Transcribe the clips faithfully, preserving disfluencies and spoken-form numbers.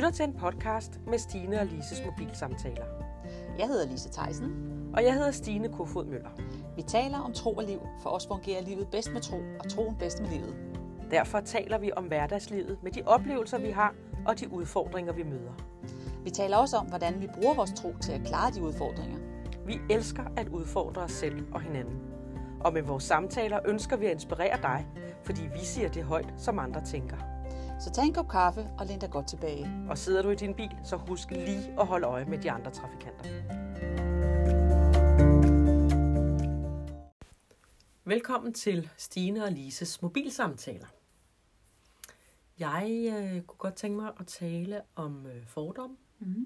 lytter til en podcast med Stine og Lises mobilsamtaler. Jeg hedder Lise Theisen. Og jeg hedder Stine Kofod Møller. Vi taler om tro og liv. For os fungerer livet bedst med tro, og troen bedst med livet. Derfor taler vi om hverdagslivet med de oplevelser, vi har, og de udfordringer, vi møder. Vi taler også om, hvordan vi bruger vores tro til at klare de udfordringer. Vi elsker at udfordre os selv og hinanden. Og med vores samtaler ønsker vi at inspirere dig, fordi vi siger det højt, som andre tænker. Så tag en kop kaffe og læn dig godt tilbage. Og sidder du i din bil, så husk lige at holde øje med de andre trafikanter. Velkommen til Stine og Lises mobilsamtaler. Jeg øh, kunne godt tænke mig at tale om øh, fordom mm.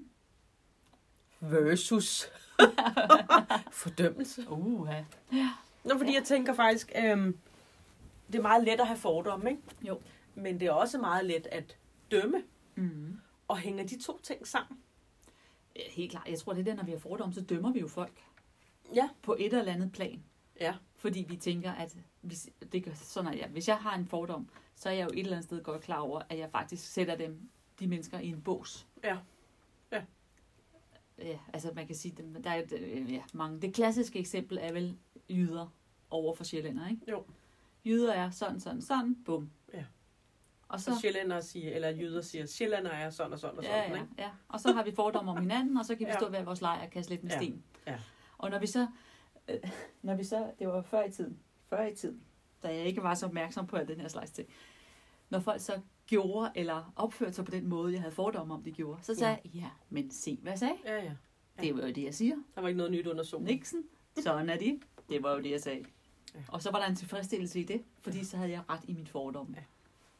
versus fordømmelse. Uh, ja. Nå, fordi jeg tænker faktisk, øh, det er meget let at have fordomme, ikke? Jo. Men det er også meget let at dømme. Mm. Og hænger de to ting sammen? Ja, helt klart. Jeg tror, det er det, når vi har fordomme, så dømmer vi jo folk. Ja. På et eller andet plan. Ja. Fordi vi tænker, at hvis, det gør, sådan er jeg. Hvis jeg har en fordom, så er jeg jo et eller andet sted godt klar over, at jeg faktisk sætter dem, de mennesker, i en bås. Ja. Ja. Ja, altså man kan sige, der er ja, mange. Det klassiske eksempel er vel jyder over for sjællænder, ikke? Jo. Jyder er sådan, sådan, sådan, bum. Ja. Og så og sjællænder siger, eller jyder siger, sjællænder er sådan og sådan og ja, sådan, ja, ikke? ja. Og så har vi fordomme om hinanden, og så kan vi Ja. stå ved vores lejr og kaste lidt med Ja. sten. Ja. Og når vi så, øh, når vi så, det var før i tiden, før i tiden, da jeg ikke var så opmærksom på al den her slags ting, når folk så gjorde eller opførte sig på den måde, jeg havde fordomme om, de gjorde, så sagde jeg, ja, men se, hvad jeg sagde? Ja, ja. Det var jo det, jeg siger. Der var ikke noget nyt under solen. Nixon, sådan er de. Det var jo det, jeg sagde. Ja. Og så var der en tilfredsstillelse i det, fordi så havde jeg ret i min fordom. Ja.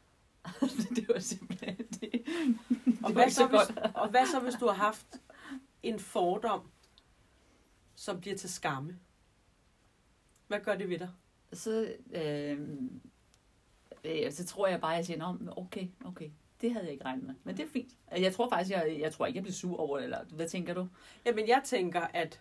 Det var simpelthen det. det Og, var hvad ikke så, godt. hvis, og hvad så, hvis du har haft en fordom, som bliver til skamme? Hvad gør det ved dig? Så, øh, øh, så tror jeg bare, at jeg siger, Nå, okay, okay, det havde jeg ikke regnet med. Men det er fint. Jeg tror faktisk, jeg, jeg tror ikke, jeg bliver sur over det. Eller, hvad tænker du? Jamen, jeg tænker, at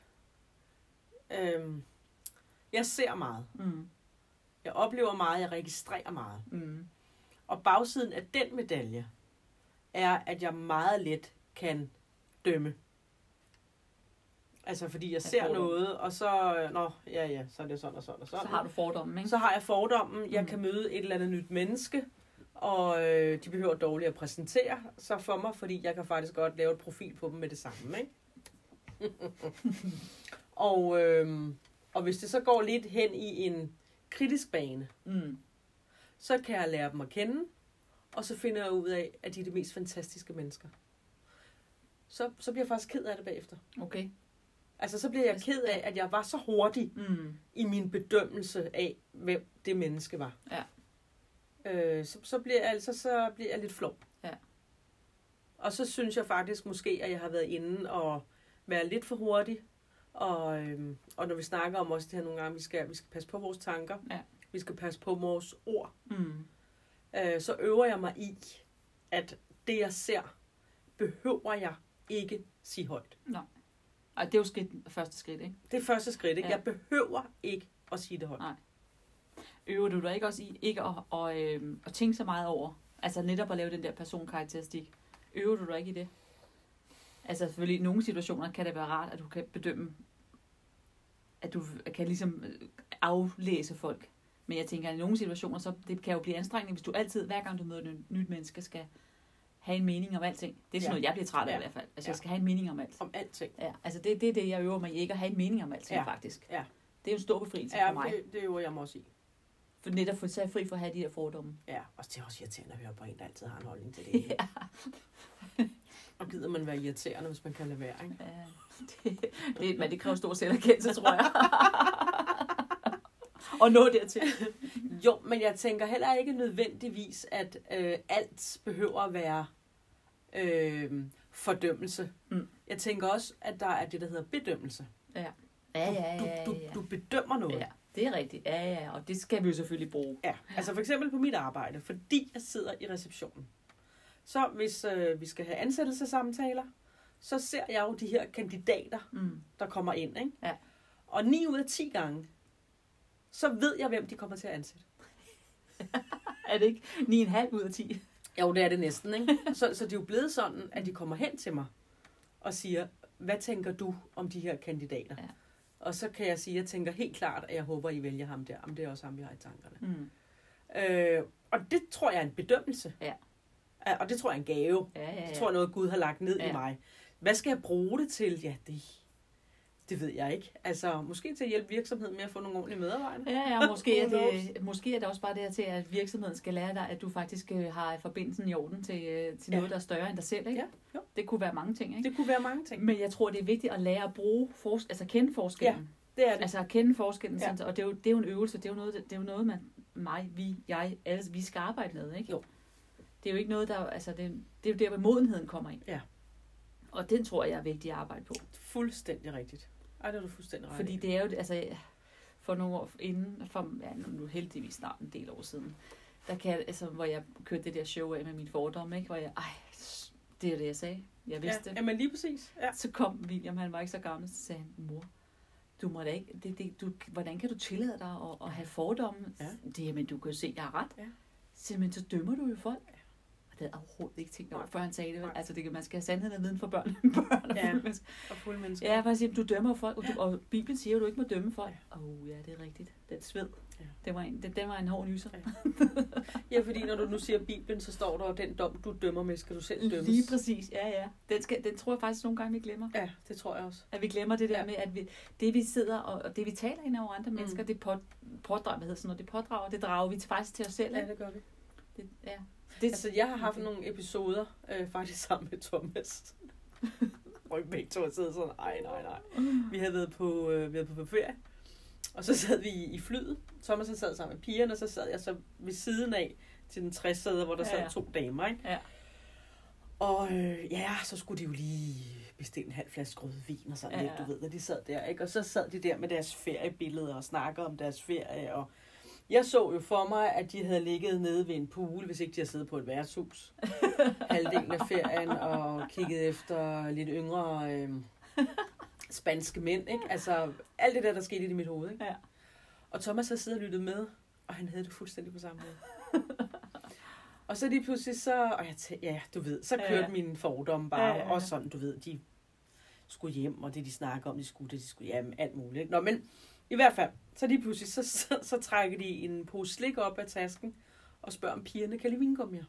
øhm, jeg ser meget. Mm. Jeg oplever meget, jeg registrerer meget. Mm. Og bagsiden af den medalje er, at jeg meget let kan dømme. Altså, fordi jeg ser fordom. noget, og så, nå, ja, ja, så er det sådan og sådan og sådan. Så har du fordommen, ikke? Så har jeg fordommen, jeg Mm. kan møde et eller andet nyt menneske, og øh, de behøver dårligt at præsentere sig for mig, fordi jeg kan faktisk godt lave et profil på dem med det samme, ikke? og, øh, og hvis det så går lidt hen i en kritisk bane, Mm. så kan jeg lære dem at kende, og så finder jeg ud af, at de er de mest fantastiske mennesker. Så, så bliver jeg faktisk ked af det bagefter. Okay. Altså, så bliver jeg ked af, at jeg var så hurtig Mm. i min bedømmelse af, hvem det menneske var. Ja. Øh, så, så, bliver jeg, altså, så bliver jeg lidt flov. Ja. Og så synes jeg faktisk måske, at jeg har været inde og være lidt for hurtig. Og, øhm, og når vi snakker om også det her nogle gange, vi skal, vi skal passe på vores tanker. Ja. Vi skal passe på vores ord. Mm. Øh, så øver jeg mig i, at det jeg ser, behøver jeg ikke sige højt. Nej. Ej, det er jo skridt, første skridt, ikke? Det er første skridt, ikke? Ja. Jeg behøver ikke at sige det højt. Nej. Øver du dig ikke også i ikke at, at, øh, at tænke så meget over? Altså netop at lave den der personkarakteristik. Øver du dig ikke i det? Altså selvfølgelig i nogle situationer kan det være rart, at du kan bedømme, at du kan ligesom aflæse folk. Men jeg tænker, at i nogle situationer, så det kan jo blive anstrengende, hvis du altid, hver gang du møder et nyt menneske, skal have en mening om alting. Det er sådan Ja. noget, jeg bliver træt af Ja. i hvert fald. Altså Ja. jeg skal have en mening om alt. Om alting. Ja, altså det, det er det, jeg øver mig i, ikke at have en mening om alting, Ja. faktisk. Ja. Det er jo en stor befrielse Ja, for mig. det, det øver jeg mig også i. For netop for sig fri for at have de der fordomme. Ja, og det er også irriterende at høre på en, der altid har en holdning til det. Ja. Og gider man være irriterende, hvis man kan lade være, ikke? Ja, det, det, men det kræver stor selverkendelse, tror jeg. Og nå dertil. Jo, men jeg tænker heller ikke nødvendigvis, at øh, alt behøver at være øh, fordømmelse. Mm. Jeg tænker også, at der er det, der hedder bedømmelse. Ja. Ja, ja, ja, ja, Du, du, ja. du bedømmer noget. Ja, det er rigtigt. Ja, ja, og det skal vi jo selvfølgelig bruge. Ja, altså for eksempel på mit arbejde, fordi jeg sidder i receptionen. Så hvis øh, vi skal have ansættelsessamtaler, så ser jeg jo de her kandidater, Mm. der kommer ind, ikke? Ja. Og ni ud af ti gange, så ved jeg, hvem de kommer til at ansætte. Er det ikke ni komma fem ud af ti? Jo, det er det næsten, ikke? Så, så det er jo blevet sådan, at de kommer hen til mig og siger, hvad tænker du om de her kandidater? Ja. Og så kan jeg sige, at jeg tænker helt klart, at jeg håber, I vælger ham der. Om det er også ham, vi har i tankerne. Mm. Øh, og det tror jeg er en bedømmelse. Ja. Og det tror jeg er en gave. Ja, ja, ja. Det tror jeg er noget, Gud har lagt ned Ja. i mig. Hvad skal jeg bruge det til? Ja, det, det ved jeg ikke. Altså, måske til at hjælpe virksomheden med at få nogle ordentlige medarbejdere. Ja, ja, måske er, det, måske er det også bare det her til, at virksomheden skal lære dig, at du faktisk øh, har forbindelsen i orden til, øh, til Ja. noget, der er større end dig selv. Ikke? Ja, jo. Det kunne være mange ting. Ikke? Det kunne være mange ting. Men jeg tror, det er vigtigt at lære at bruge, fors- altså at kende forskellen. Det er det. Altså at kende forskellen, Ja. sådan, og det er, jo, det er jo en øvelse, det er jo noget, det er jo noget man, mig, vi, jeg, alle, vi skal arbejde med, ikke? Jo. Det er jo ikke noget, der, altså det, det er jo der, hvor modenheden kommer ind. Ja. Og den tror jeg er vigtig at arbejde på. Fuldstændig rigtigt. Ej, det er du fuldstændig ret i. Fordi det er jo, altså, for nogle år inden, for, ja, nu heldigvis snart en del år siden, der kan jeg, altså, hvor jeg kørte det der show af med mine fordomme, ikke? Hvor jeg, ej, det er det, jeg sagde. Jeg vidste ja, det. jamen lige præcis. Ja. Så kom William, han var ikke så gammel, så sagde han, mor, du må da ikke, det, det, du, hvordan kan du tillade dig at, at have fordomme? Ja. Det, jamen, du kan jo se, jeg har ret. Ja. Så, men så dømmer du jo folk. Og det havde jeg overhovedet ikke tænkt over, før han sagde det. Vel? Altså, det kan, man skal have sandheden og viden for børn. børn Ja. og mennesker. Og fulde mennesker. Ja, faktisk, du dømmer jo folk, og, du, og Bibelen siger, at du ikke må dømme folk. Åh, oh, ja, det er rigtigt. Den sved. Ja. Det var en, det, den var en hård nyser. Ja. Ja, fordi når du nu siger Bibelen, så står der, at den dom, du dømmer med, skal du selv dømmes. Lige præcis, ja, ja. Den, skal, den tror jeg faktisk nogle gange, vi glemmer. Ja, det tror jeg også. At vi glemmer det der Ja. med, at vi, det vi sidder og, og det vi taler ind over andre Mm. mennesker, det på, pådrager, hvad hedder sådan noget, det pådrager, det drager vi faktisk til os selv. Ja, Ikke? det gør vi. Det, ja. Det, Altså, jeg har haft nogle episoder, øh, faktisk sammen med Thomas. Hvor vi begge to har siddet sådan, ej, nej, nej. Vi havde været på, øh, vi havde på ferie, og så sad vi i flyet. Thomas sad sammen med pigerne, og så sad jeg så ved siden af til den tres sæder, hvor der Ja, sad ja. to damer, ikke? Ja. Og øh, ja, så skulle de jo lige bestille en halv flaske rødvin og sådan Ja, lidt, ja. du ved, når de sad der, ikke? Og så sad de der med deres feriebilleder og snakkede om deres ferie, og jeg så jo for mig, at de havde ligget nede ved en pool, hvis ikke de havde siddet på et værtshus. Halvdelen af ferien og kigget efter lidt yngre øh, spanske mænd, ikke? Altså, alt det der, der skete i mit hoved, ikke? Ja. Og Thomas havde siddet og lyttet med, og han havde det fuldstændig på samme måde. Og så lige pludselig så, og jeg tæ- ja, du ved, så kørte Ja, ja, ja. mine fordomme bare, Ja, ja, ja, ja, ja. og sådan, du ved, de skulle hjem, og det de snakker om, de skulle, det de skulle, jamen alt muligt, ikke? Nå, men i hvert fald, så lige pludselig, så, så, så trækker de en pose slik op af tasken, og spørger om pigerne kan lide vingummier.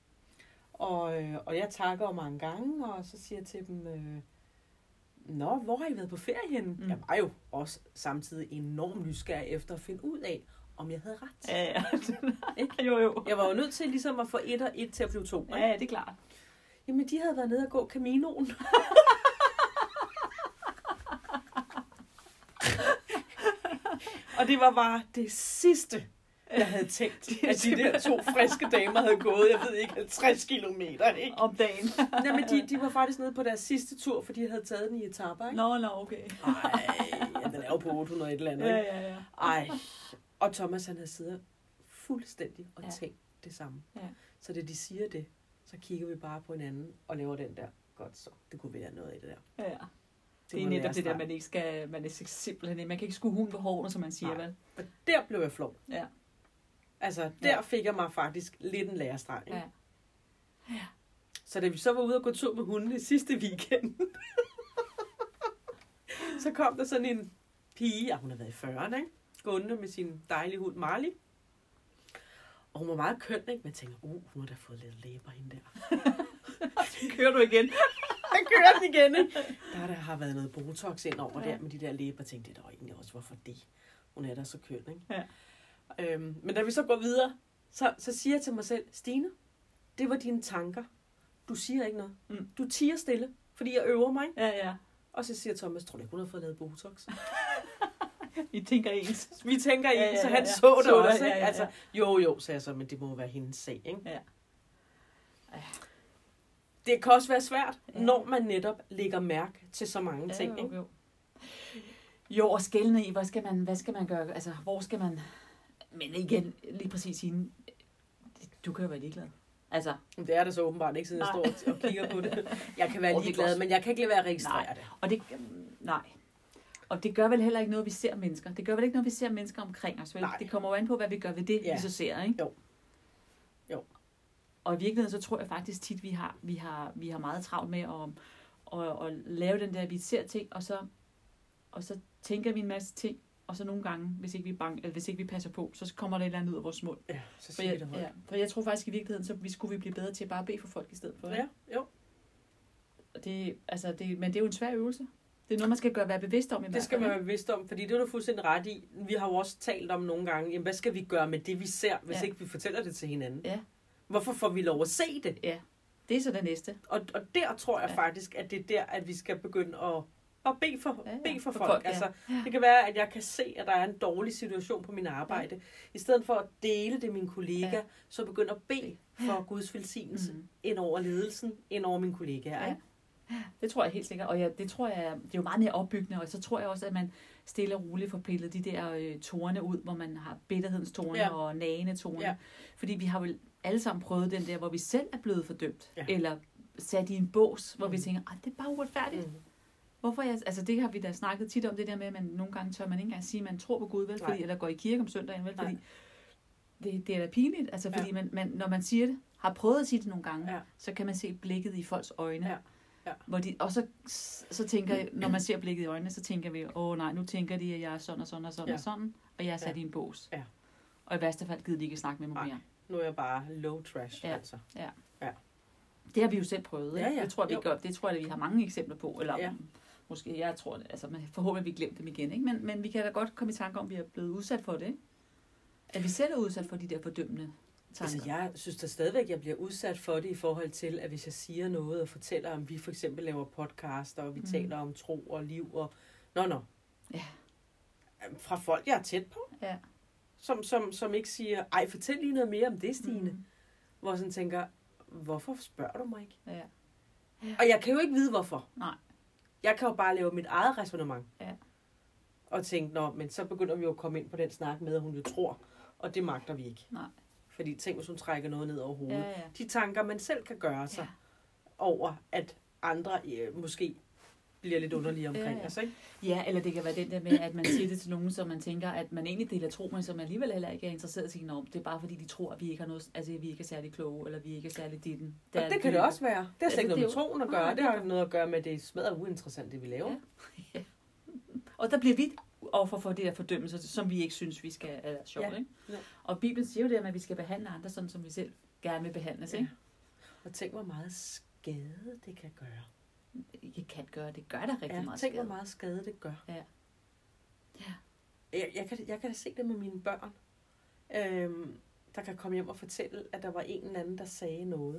Og, øh, og jeg takker mange gange, og så siger jeg til dem, øh, nå, hvor har I været på ferie henne? Mm. Mm. Jeg var jo også samtidig enormt nysgerrig efter at finde ud af, om jeg havde ret. Ja, ja. Ikke? Jo, jo. Jeg var jo nødt til ligesom at få et og et til at blive to. Ikke? Ja, ja, det er klart. Jamen, de havde været nede og gå Caminoen. Og det var bare det sidste, jeg havde tænkt, at de der to friske damer havde gået, jeg ved ikke, halvtreds kilometer, ikke? Om dagen. Nej, men de, de var faktisk nede på deres sidste tur, for de havde taget den i etaper, ikke? Nå, nå, okay. Ej, ja, den er jo på otte hundrede et eller andet, Ja, ikke? ja, ja. Ej, og Thomas han havde siddet fuldstændig og Ja. tænkt det samme. Ja. Så da de siger det, så kigger vi bare på hinanden og laver den der, godt så, det kunne være noget i det der. Ja, ja. Det er må netop være det der, streg. man ikke skal, man er simpelthen ikke, man kan ikke skue hunden på hårene, som man siger, Nej. vel? Og der blev jeg flov. Ja. Altså, der Ja. fik jeg mig faktisk lidt en lærestreg. Ikke? Ja. Ja. Så da vi så var ude og gå tur med hunden i sidste weekend, så kom der sådan en pige, ja, hun har været i fyrrerne, ikke? Gående med sin dejlige hund Marley. Og hun var meget køn, ikke? Men jeg tænker, uh, hun har da fået lidt læber hende der. Kører du igen? Jeg kører den igen, ikke? Der, der har været noget botox ind over Ja. der med de der læber. Jeg tænkte, det er da egentlig også, hvorfor det? Hun er da så køn, ikke? Ja. Øhm, men da vi så går videre, så, så siger jeg til mig selv, Stine, det var dine tanker. Du siger ikke noget. Mm. Du tiger stille, fordi jeg øver mig. Ja, ja. Og så siger Thomas, tror du ikke, hun har fået lavet botox? I tænker ens. Vi tænker Ja, i, ja, så ja, han ja. så det Så det, også. ja, Ikke? ja, ja. Altså, jo, jo, sagde jeg så, men det må være hendes sag. Ikke? Ja. Det kan også være svært, Ja. når man netop lægger mærke til så mange Ja, ting. jo, Ikke? jo. Jo, og skældende i, hvad skal man, hvad skal man gøre? Altså, hvor skal man... Men igen, lige præcis hende, du kan jo være ligeglad. Altså, Det er det så åbenbart ikke, siden jeg Nej. står og kigger på det. Jeg kan være Og det er ligeglad, også- men jeg kan ikke lade være at registrere Nej. det. og det... Nej. Og det gør vel heller ikke noget, vi ser mennesker. Det gør vel ikke noget, vi ser mennesker omkring os, vel? Nej. Det kommer jo an på, hvad vi gør ved det, Ja. vi så ser, ikke? Jo. Jo. og i virkeligheden, så tror jeg faktisk tit, vi har, vi har, vi har meget travlt med at, at, at lave den der, vi ser ting, og så, og så tænker vi en masse ting, og så nogle gange, hvis ikke vi, bang, eller hvis ikke vi passer på, så kommer der et eller andet ud af vores mund. Ja, så for siger jeg, vi det højt. ja, for jeg tror faktisk i virkeligheden, så vi skulle vi blive bedre til at bare bede for folk i stedet for. Ja, jo. Det, altså det, men det er jo en svær øvelse. Det er noget, man skal gøre, være bevidst om i hvert fald. Det skal man være bevidst om, fordi det er du fuldstændig ret i. Vi har jo også talt om nogle gange, jamen, hvad skal vi gøre med det, vi ser, hvis ja. ikke vi fortæller det til hinanden? Ja. Hvorfor får vi lov at se det? Ja, det er så det næste. Og, og der tror jeg ja. faktisk, at det er der, at vi skal begynde at, at bede for, ja, ja. Bede for, for folk. folk ja. Altså, ja. Det kan være, at jeg kan se, at der er en dårlig situation på min arbejde. Ja. I stedet for at dele det med min kollega, ja. så begynde at bede for ja. Guds velsignelse mm-hmm. ind over ledelsen, ind over mine kollegaer. Ja. Det tror jeg helt sikkert, og ja, det tror jeg, det er jo meget mere opbyggende, og så tror jeg også, at man stille og roligt får pillet de der øh, torne ud, hvor man har bitterhedens torne ja. og nagende torne. Ja. Fordi vi har vel alle sammen prøvet den der, hvor vi selv er blevet fordømt, ja. eller sat i en bås, hvor mm. vi tænker, det er bare uretfærdigt. Mm. Hvorfor jeg, altså det har vi da snakket tit om, det der med, at man nogle gange tør man ikke engang sige, at man tror på Gud, vel, fordi, eller går i kirke om søndagen, vel, fordi det, det er da pinligt, altså fordi ja. man, man, når man siger det, har prøvet at sige det nogle gange, ja. så kan man se blikket i folks øjne. Ja. Ja. Hvor de, og så, så tænker jeg, når man ser blikket i øjnene, så tænker vi, åh nej, nu tænker de, at jeg er sådan og sådan og sådan ja. og sådan, og jeg er sat ja. i en bås. Ja. Og i værste fald gider de ikke snakke med mig mere. Nu er jeg bare low trash, ja. altså. Ja. Ja. Det har vi jo selv prøvet, ja, ja. Det tror jeg, vi gør. Det tror jeg, vi har mange eksempler på, eller ja. måske, jeg tror, altså forhåbentlig vi glemt dem igen, ikke? Men, men vi kan da godt komme i tanke om, at vi er blevet udsat for det, ikke? At vi selv er udsat for de der fordømmende tanker. Altså, jeg synes da stadigvæk, at jeg bliver udsat for det i forhold til, at hvis jeg siger noget og fortæller, om vi for eksempel laver podcaster, og vi mm. taler om tro og liv, og nå, nå. Ja. Fra folk, jeg er tæt på. Ja. Som, som, som ikke siger, ej, fortæl lige noget mere om det, Stine. Mm. Hvor jeg sådan tænker, hvorfor spørger du mig ikke? Ja. Ja. Og jeg kan jo ikke vide, hvorfor. Nej. Jeg kan jo bare lave mit eget ræsonnement. Ja. Og tænke, nå, men så begynder vi jo at komme ind på den snak med, at hun jo tror, og det magter vi ikke. Nej. Fordi tænk, hvis hun trækker noget ned over hovedet. Ja, ja. De tanker, man selv kan gøre sig ja. over, at andre øh, måske bliver lidt underlige omkring ja, ja. os, ikke? Ja, eller det kan være den der med, at man siger det til nogen, som man tænker, at man egentlig deler tro, men som alligevel heller ikke er interesseret i om. Det er bare fordi, de tror, at vi ikke har noget, altså vi ikke er særlig kloge, eller vi ikke er særlig ditten. Og det, det kan det også være. Det har slet ikke noget med troen at gøre. Ah, det har noget at gøre med, at det er smadret uinteressant, det vi laver. Ja. Ja. Og der bliver vi overfor for det der fordømmelse, som vi ikke synes, vi skal er sjovt, ja. ikke? Ja. Og Bibelen siger jo det, at vi skal behandle andre sådan, som vi selv gerne vil behandles, ja. ikke? Og tænk, hvor meget skade det kan gøre. Det kan gøre, det gør der rigtig ja, meget tænk, skade. hvor meget skade det gør. Ja. Ja. Jeg, jeg, kan, jeg kan da se det med mine børn, øhm, der kan komme hjem og fortælle, at der var en eller anden, der sagde noget.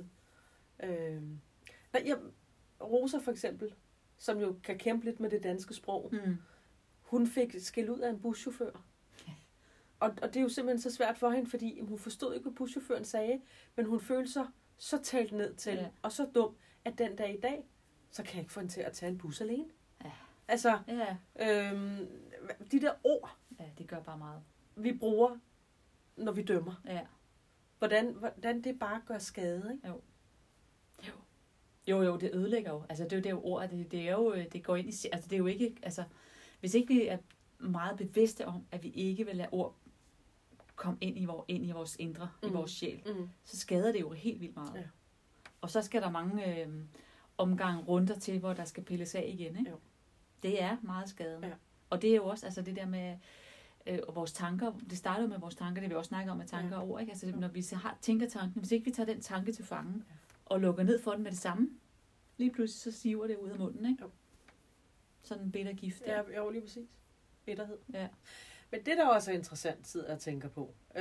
Øhm, nej, jeg, Rosa for eksempel, som jo kan kæmpe lidt med det danske sprog, mm. hun fik skæld ud af en buschauffør. Ja. Og, og det er jo simpelthen så svært for hende, fordi hun forstod ikke, hvad buschaufføren sagde, men hun følte sig så talt ned til, ja. og så dum, at den dag i dag, så kan jeg ikke få hende til at tage en bus alene. Ja. Altså, ja. øhm, de der ord, ja, det gør bare meget. Vi bruger, når vi dømmer. Ja. Hvordan, hvordan det bare gør skade, ikke? Jo. Jo. Jo, jo, det ødelægger jo. Altså, det er jo det jo ord, det, det er jo, det går ind i, altså, det er jo ikke, altså, hvis ikke vi er meget bevidste om, at vi ikke vil lade ord komme ind i vores, ind i vores indre, mm. i vores sjæl, mm. så skader det jo helt vildt meget. Ja. Og så skal der mange øh, omgange runder til, hvor der skal pilles af igen, ikke? Jo. Det er meget skadende. Ja. Og det er jo også, altså det der med øh, vores tanker, det starter jo med vores tanker, det vi også snakker om med tanker ja. og ord, ikke? Altså når vi har, tænker tanken, hvis ikke vi tager den tanke til fange, ja. og lukker ned for den med det samme, lige pludselig så siver det ud af munden, ikke? Jo. Sådan en bitter gift. Ja, jo, lige præcis. Bitterhed. Ja. Men det, der også er interessant tid at tænke på, øh,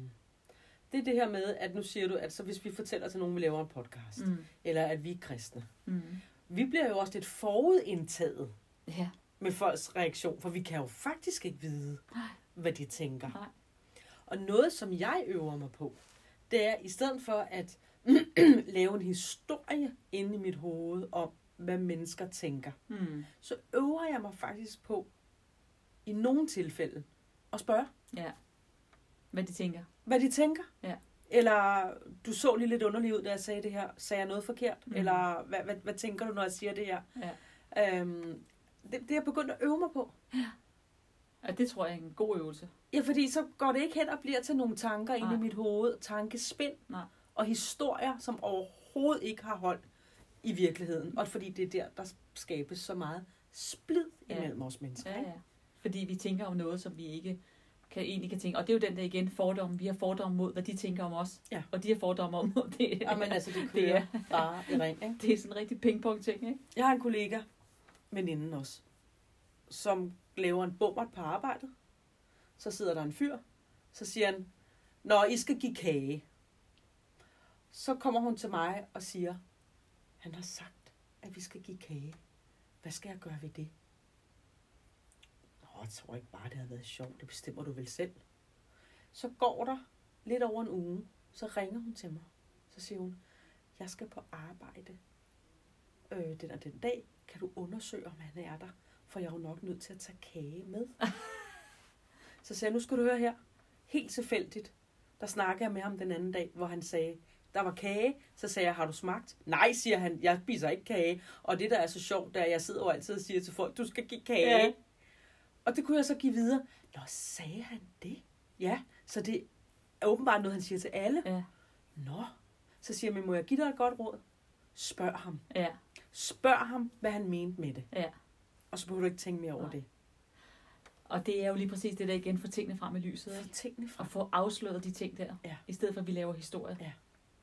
det er det her med, at nu siger du, at så hvis vi fortæller til nogen, vi laver en podcast, mm. eller at vi er kristne, mm. vi bliver jo også lidt forudindtaget ja. med folks reaktion, for vi kan jo faktisk ikke vide, Nej. hvad de tænker. Nej. Og noget, som jeg øver mig på, det er, i stedet for at lave en historie inde i mit hoved om, hvad mennesker tænker, mm. så øver jeg mig faktisk på, i nogle tilfælde, at spørge. Ja. Hvad de tænker. Hvad de tænker. Ja. Eller, du så lige lidt underlig ud, da jeg sagde det her. Sagde jeg noget forkert? Mm. Eller, hvad, hvad, hvad tænker du, når jeg siger det her? Ja. Øhm, det, det er jeg begyndt at øve mig på. Ja. Og det tror jeg er en god øvelse. Ja, fordi så går det ikke hen og bliver til nogle tanker inde i mit hoved. Tankespind. Nej. og historier, som overhovedet ikke har holdt i virkeligheden. Og fordi det er der, der skabes så meget splid Ja. imellem os mennesker. Ja, Ikke? ja. Fordi vi tænker om noget, som vi ikke kan, egentlig kan tænke. Og det er jo den der igen fordomme. Vi har fordomme mod, hvad de tænker om os. Ja. Og de har fordomme om mod det. Ja, men altså, det Det kører er- bare i ring. Ikke? Det er sådan en rigtig pingpong-ting, ikke? Jeg har en kollega, veninden også, som laver en bummert på arbejdet. Så sidder der en fyr, så siger han, når I skal give kage. Så kommer hun til mig og siger, han har sagt, at vi skal give kage. Hvad skal jeg gøre ved det? Nå, jeg tror ikke bare, det har været sjovt. Det bestemmer du vel selv. Så går der lidt over en uge, så ringer hun til mig. Så siger hun, jeg skal på arbejde øh, den og den dag. Kan du undersøge, om han er der? For jeg er jo nok nødt til at tage kage med. Så sagde jeg, nu skal du høre her. Helt tilfældigt. Der snakkede jeg med ham den anden dag, hvor han sagde, der var kage. Så sagde jeg, har du smagt? Nej, siger han, jeg spiser ikke kage. Og det, der er så sjovt, det er, at jeg sidder jo altid og siger til folk, du skal give kage. Ja. Og det kunne jeg så give videre. Nå, sagde han det? Ja, så det er åbenbart noget, han siger til alle. Ja. Nå, så siger jeg, men må jeg give dig et godt råd? Spørg ham. Ja. Spørg ham, hvad han mente med det. Ja. Og så behøver du ikke tænke mere over Nej. det. Og det er jo lige præcis det der igen, få tingene frem i lyset. Få Ikke? tingene fra. Og få afsløret de ting der. Ja. I stedet for, at vi laver historie.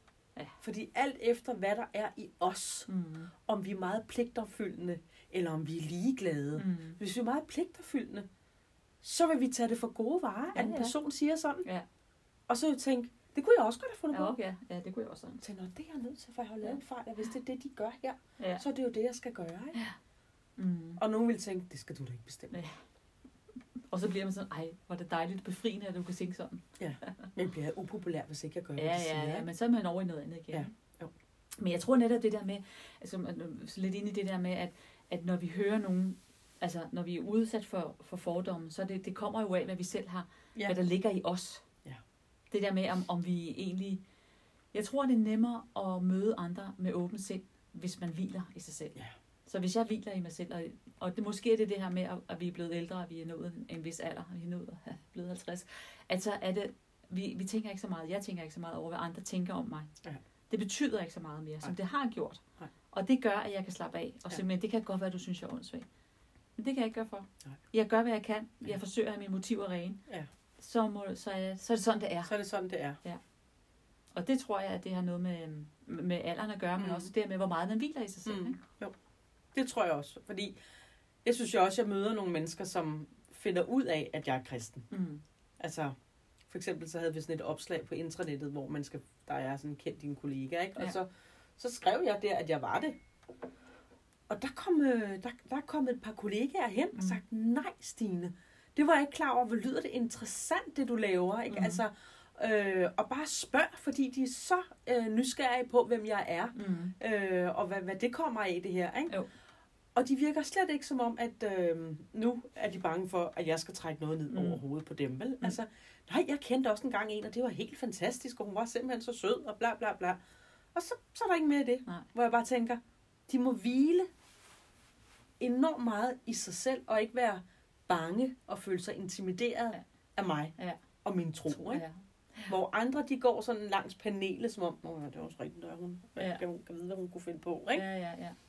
Fordi alt efter, hvad der er i os, Mm. om vi er meget pligtopfyldende, eller om vi er ligeglade. Mm. Hvis vi er meget pligtopfyldende, så vil vi tage det for gode varer, Ja, at en ja. person siger sådan. Ja. Og så vil jeg tænke, det kunne jeg også godt have fundet Ja, på. okay. Ja, det kunne jeg også sige. Så når det er jeg nødt til, for jeg har lavet Ja. en fejl, og hvis det er det, de gør her, Ja. så er det jo det, jeg skal gøre. Ikke? Mm. Og nogen vil tænke, det skal du da ikke bestemme. Ja. Og så bliver man sådan, ej, hvor er det dejligt befriende, at du kan tænke sådan. Men bliver jeg upopulær, hvis ikke jeg gør, Ja, hvad de ja, siger. ja, ikke? men så er man over i noget andet igen. Ja, jo. Men jeg tror netop det der med, altså så lidt ind i det der med, at, at når vi hører nogen, altså når vi er udsat for, for fordomme, så det, det kommer jo af, hvad vi selv har, Ja. hvad der ligger i os. Ja. Det der med, om, om vi egentlig, jeg tror det er nemmere at møde andre med åben sind, hvis man hviler i sig selv. Ja. Så hvis jeg hviler i mig selv, og, og det måske er det det her med, at, at vi er blevet ældre, og vi er nået en, en vis alder, og vi er nået at blevet halvtreds, at så er det, vi, vi tænker ikke så meget, jeg tænker ikke så meget over, hvad andre tænker om mig. Ja. Det betyder ikke så meget mere, som Nej. det har gjort. Nej. Og det gør, at jeg kan slappe af. Og Ja. simpelthen, det kan godt være, at du synes, jeg er åndssvag. Men det kan jeg ikke gøre for. Nej. Jeg gør, hvad jeg kan. Ja. Jeg forsøger at have mine motiver rene. Ja. Så, må, så, er, så er det sådan, det er. Så er det sådan, det er. Og det tror jeg, at det har noget med, med alderen at gøre, mm. men Mm. også det med, hvor meget man hviler i sig selv. Mm. Ikke? Jo, det tror jeg også. Fordi jeg synes jo også, at jeg møder nogle mennesker, som finder ud af, at jeg er kristen. Mm. Altså, for eksempel så havde vi sådan et opslag på intranettet, hvor man skal, der er sådan kendt din kollega, ikke? Og Ja. så, så skrev jeg der, at jeg var det. Og der kom, øh, der, der kom et par kollegaer hen og Mm. sagt, nej Stine, det var jeg ikke klar over, hvor lyder det interessant, det du laver, ikke? Mm. Altså, øh, og bare spørg, fordi de er så øh, nysgerrige på, hvem jeg er, Mm. øh, og hvad, hvad det kommer af det her, ikke? Jo. Og de virker slet ikke som om, at øh, nu er de bange for, at jeg skal trække noget ned Mm. over hovedet på dem, vel? Altså, nej, jeg kendte også engang en, og det var helt fantastisk, og hun var simpelthen så sød, og bla bla bla. Og så, så er der ikke mere af det, Nej. hvor jeg bare tænker, de må hvile enormt meget i sig selv, og ikke være bange og føle sig intimideret Ja. af mig Ja. og min tro, ikke? Ja. Hvor andre, de går sådan langs panelet, som om, Nå, ja, det var også rigtigt, der er hun. Hvad Ja. kan hun kan vide, hvad hun kunne finde på, ikke? Ja, ja, ja.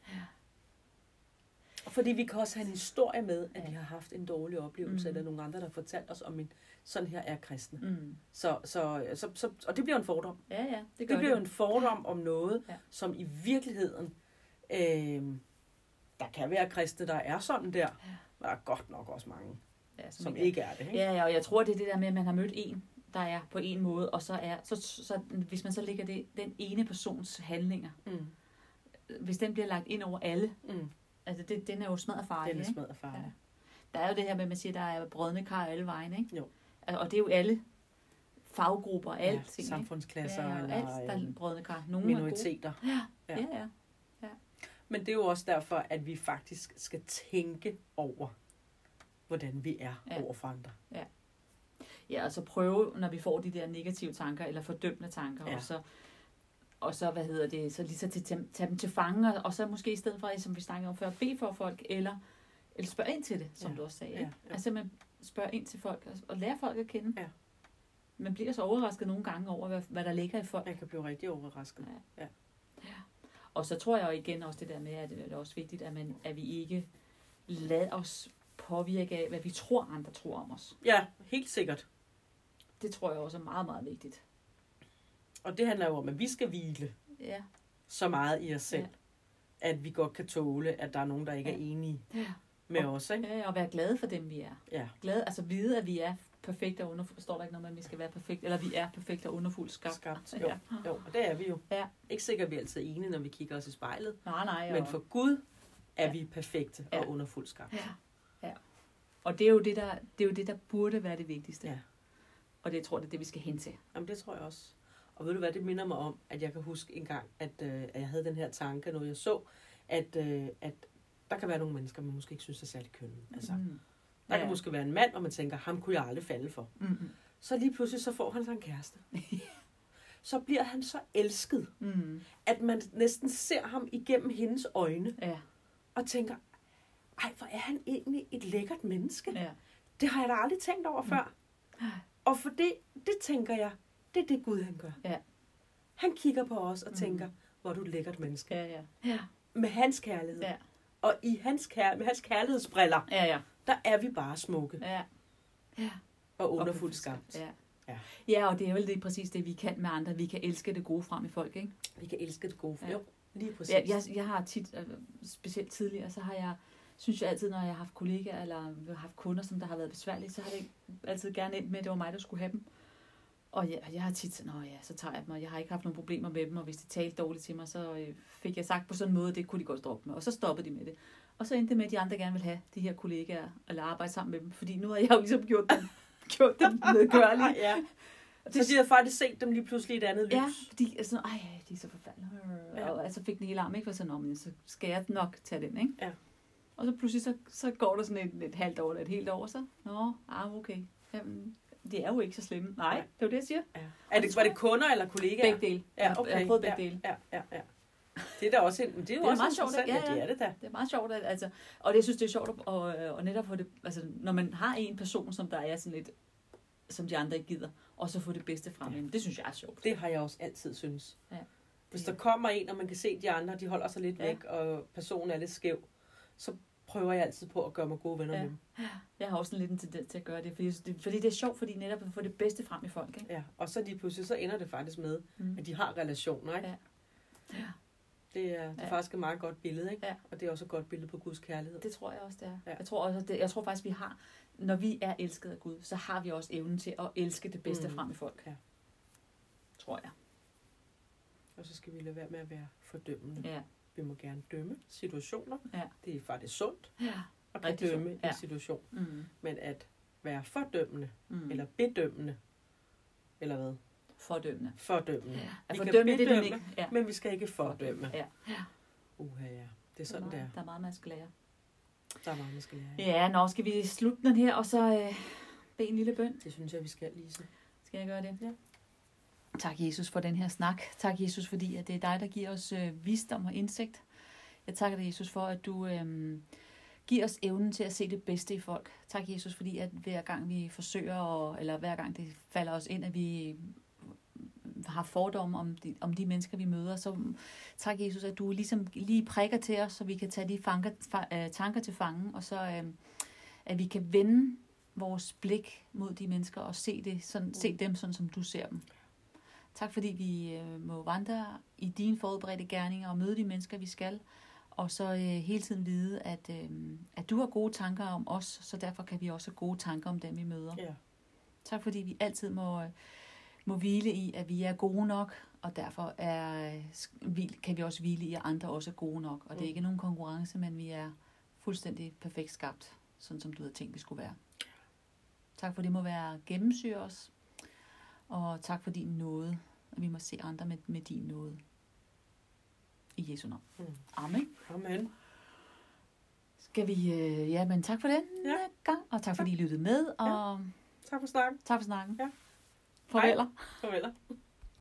Fordi vi kan også have en historie med, at Ja. vi har haft en dårlig oplevelse, Mm. eller nogle andre, der har fortalt os om en, sådan her er kristne. Mm. Så, så, så, så, og det bliver en fordom. Ja, ja, det Det, gør det bliver jo en fordom om noget, Ja. som i virkeligheden, øh, der kan være kristne, der er sådan der, men der er godt nok også mange, ja, som ikke er det. Ikke? Ja, ja, og jeg tror, det er det der med, at man har mødt en, der er på en måde, og så er, så, så hvis man så lægger det, den ene persons handlinger, Mm, hvis den bliver lagt ind over alle, mm, altså det, den er jo smadret farlig, den er ikke? smadret farlig. Der er jo det her med, at man siger, at der er brødne kar alle vejen, ikke? Jo. Altså, og det er jo alle faggrupper, Ja, alting, ikke? samfundsklasser Ja, eller alt, der er øh, brødne kar. Nogle er gode. minoriteter. Ja, Ja. ja, ja. Men det er jo også derfor, at vi faktisk skal tænke over, hvordan vi er Ja. over for andre. Ja, og så prøve, når vi får de der negative tanker, eller fordømmende tanker, Ja. og så, og så, hvad hedder det, så lige så til, tage, tage dem til fange, og, og så måske i stedet for, som vi snakkede om før, bede for folk, eller, eller spørge ind til det, som Ja. du også sagde. Ja, Ikke? ja. Altså, man spørger ind til folk, og, og lære folk at kende. Ja. man bliver så overrasket nogle gange over, hvad, hvad der ligger i folk. Jeg kan blive rigtig overrasket. Ja. Ja. Ja. Og så tror jeg jo igen også det der med, at det er også vigtigt, at, man, at vi ikke lader os påvirke af, hvad vi tror, andre tror om os. Ja, helt sikkert. Det tror jeg også er meget, meget vigtigt. Og det handler jo om, at vi skal hvile Ja. så meget i os selv, Ja. at vi godt kan tåle, at der er nogen, der ikke Ja. er enige Ja. med og, os. Ikke? Ja, og være glade for dem, vi er. Ja. Glade, altså vide, at vi er perfekte og underfuldt. Står der ikke noget med, at vi skal være perfekte, eller vi er perfekte og underfuldt skabt. Skabt. Jo. Ja. jo, og det er vi jo. Ja. Ikke sikkert, at vi er altid enige, når vi kigger os i spejlet. Nej, nej. Men og- for Gud er Ja. vi perfekte Ja. og underfuldt skabt. Ja. Ja. Og det er jo det, der, det er jo det, der burde være det vigtigste. Ja. Og det jeg tror det er det, vi skal hen til. Jamen, det tror jeg også. Og ved du hvad, det minder mig om, at jeg kan huske en gang, at, øh, at jeg havde den her tanke, når jeg så, at, øh, at der kan være nogle mennesker, man måske ikke synes er særlig kønne. Altså, Mm. der Ja. kan måske være en mand, og man tænker, ham kunne jeg aldrig falde for. Mm. Så lige pludselig, så får han sig en kæreste. Så bliver han så elsket, Mm. at man næsten ser ham igennem hendes øjne, Ja. og tænker, ej, hvor er han egentlig et lækkert menneske. Ja. Det har jeg da aldrig tænkt over før. Og for det, det tænker jeg, det er det Gud, han gør. Ja. Han kigger på os og Mm. tænker, hvor er du et lækkert menneske. Ja, ja. Ja. Med hans kærlighed. Ja. Og i hans kær- med hans kærlighedsbriller, Ja, ja. der er vi bare smukke Ja. Ja. og underfuldt skabt. Ja. Ja. Ja, og det er vel det præcis det, vi kan med andre. Vi kan elske det gode frem i folk, ikke? Vi kan elske det gode. Ja. Jo, lige præcis. Ja, jeg, jeg har tit, øh, specielt tidligere, så har jeg, synes jeg altid, når jeg har haft kollegaer eller har haft kunder, som der har været besværlige, så har det altid gerne endt med, at det var mig, der skulle have dem. Og jeg, jeg har tit sådan, nå ja, så tager jeg dem, og jeg har ikke haft nogen problemer med dem, og hvis de talte dårligt til mig, så øh, fik jeg sagt på sådan en måde, det kunne de godt stoppe med, og så stoppede de med det. Og så endte det med, at de andre gerne vil have de her kollegaer, eller arbejde sammen med dem, fordi nu har jeg jo ligesom gjort dem, gjort dem medgørlige. ja. Og Så de har faktisk set dem lige pludselig i et andet lys. Ja, fordi altså, ej, de er så forfærdelige. Ja. Og altså fik den hele arm, ikke? For sådan, om, så skal jeg nok tage den, ikke? Ja. Og så pludselig, så, så går der sådan et, et halvt år eller et helt år, så, nå, ah, okay. Jamen, det er jo ikke så slemt. Nej, Nej. det er jo det, jeg siger. Ja. Er det, var det kunder eller kollegaer? Begge dele. Ja, okay. Jeg har fået begge ja, dele. Ja, ja, ja. Det er da også, en, det er jo Det er også meget sjovt, interessant. ja, ja. Ja, det er det da. Det er meget sjovt, at, altså, og det, jeg synes, det er sjovt at, og, og netop få det, altså, når man har en person, som der er sådan lidt, som de andre ikke gider, og så få det bedste frem. Ja. Det synes jeg er sjovt. Det har jeg også altid synes. Ja. Hvis der kommer en, og man kan se, at de andre de holder sig lidt Ja. væk, og personen er lidt skæv, så prøver jeg altid på at gøre mig gode venner Ja. med dem. Jeg har også en liten tendens til at gøre det, fordi det, fordi det er sjovt, fordi netop at få det bedste frem i folk, ikke? Ja. Og så lige pludselig, så ender det faktisk med, Mm. at de har relationer, ikke? Ja. Ja. Det er, det er Ja. faktisk et meget godt billede, ikke? Ja. Og det er også et godt billede på Guds kærlighed. Det tror jeg også, det er. Ja. Jeg tror også, det, jeg tror faktisk, vi har, når vi er elsket af Gud, så har vi også evnen til at elske det bedste Mm. mm. frem i folk. Ja. Tror jeg. Og så skal vi lade være med at være fordømmende. Ja. Vi må gerne dømme situationer. Ja. Det er faktisk sundt Ja. at kan Rigtig dømme sundt. en Ja. situation. Mm. Men at være fordømmende, Mm. eller bedømmende, eller hvad? Fordømmende. Fordømmende. Ja. Vi At kan fordømme, det er den bedømme, ikke. Ja. men vi skal ikke fordømme. Ja. Ja. Uha, ja. Det er sådan, der, det er er. meget, der er meget, man skal lære. Der er meget, man skal lære. Ja, nå, skal vi slutte den her, og så øh, bede en lille bøn? Det synes jeg, vi skal, Lise. Skal jeg gøre det? Ja. Tak, Jesus, for den her snak. Tak, Jesus, fordi at det er dig, der giver os øh, visdom og indsigt. Jeg takker dig, Jesus, for at du øh, giver os evnen til at se det bedste i folk. Tak, Jesus, fordi at hver gang vi forsøger, at, eller hver gang det falder os ind, at vi har fordomme om de, om de mennesker, vi møder, så tak, Jesus, at du ligesom lige prikker til os, så vi kan tage de fanker, fa, tanker til fange, og så øh, at vi kan vende vores blik mod de mennesker og se, det, sådan, se dem sådan, som du ser dem. Tak fordi vi øh, må vandre i dine forberedte gerninger og møde de mennesker, vi skal. Og så øh, hele tiden vide, at, øh, at du har gode tanker om os, så derfor kan vi også have gode tanker om dem, vi møder. Ja. Tak fordi vi altid må, må hvile i, at vi er gode nok, og derfor er, kan vi også hvile i, at andre også er gode nok. Og det er ikke nogen konkurrence, men vi er fuldstændig perfekt skabt, sådan som du havde tænkt, vi skulle være. Tak for det må være gennemsyre os. Og tak for din nåde, at vi må se andre med, med din nåde. I Jesu navn. Mm. Amen. Amen. Skal vi... Øh, ja, men tak for den Ja. gang. Og tak fordi I lyttede med. Og Tak for snakken. tak for snakken. Ja. Farveler. Farveler.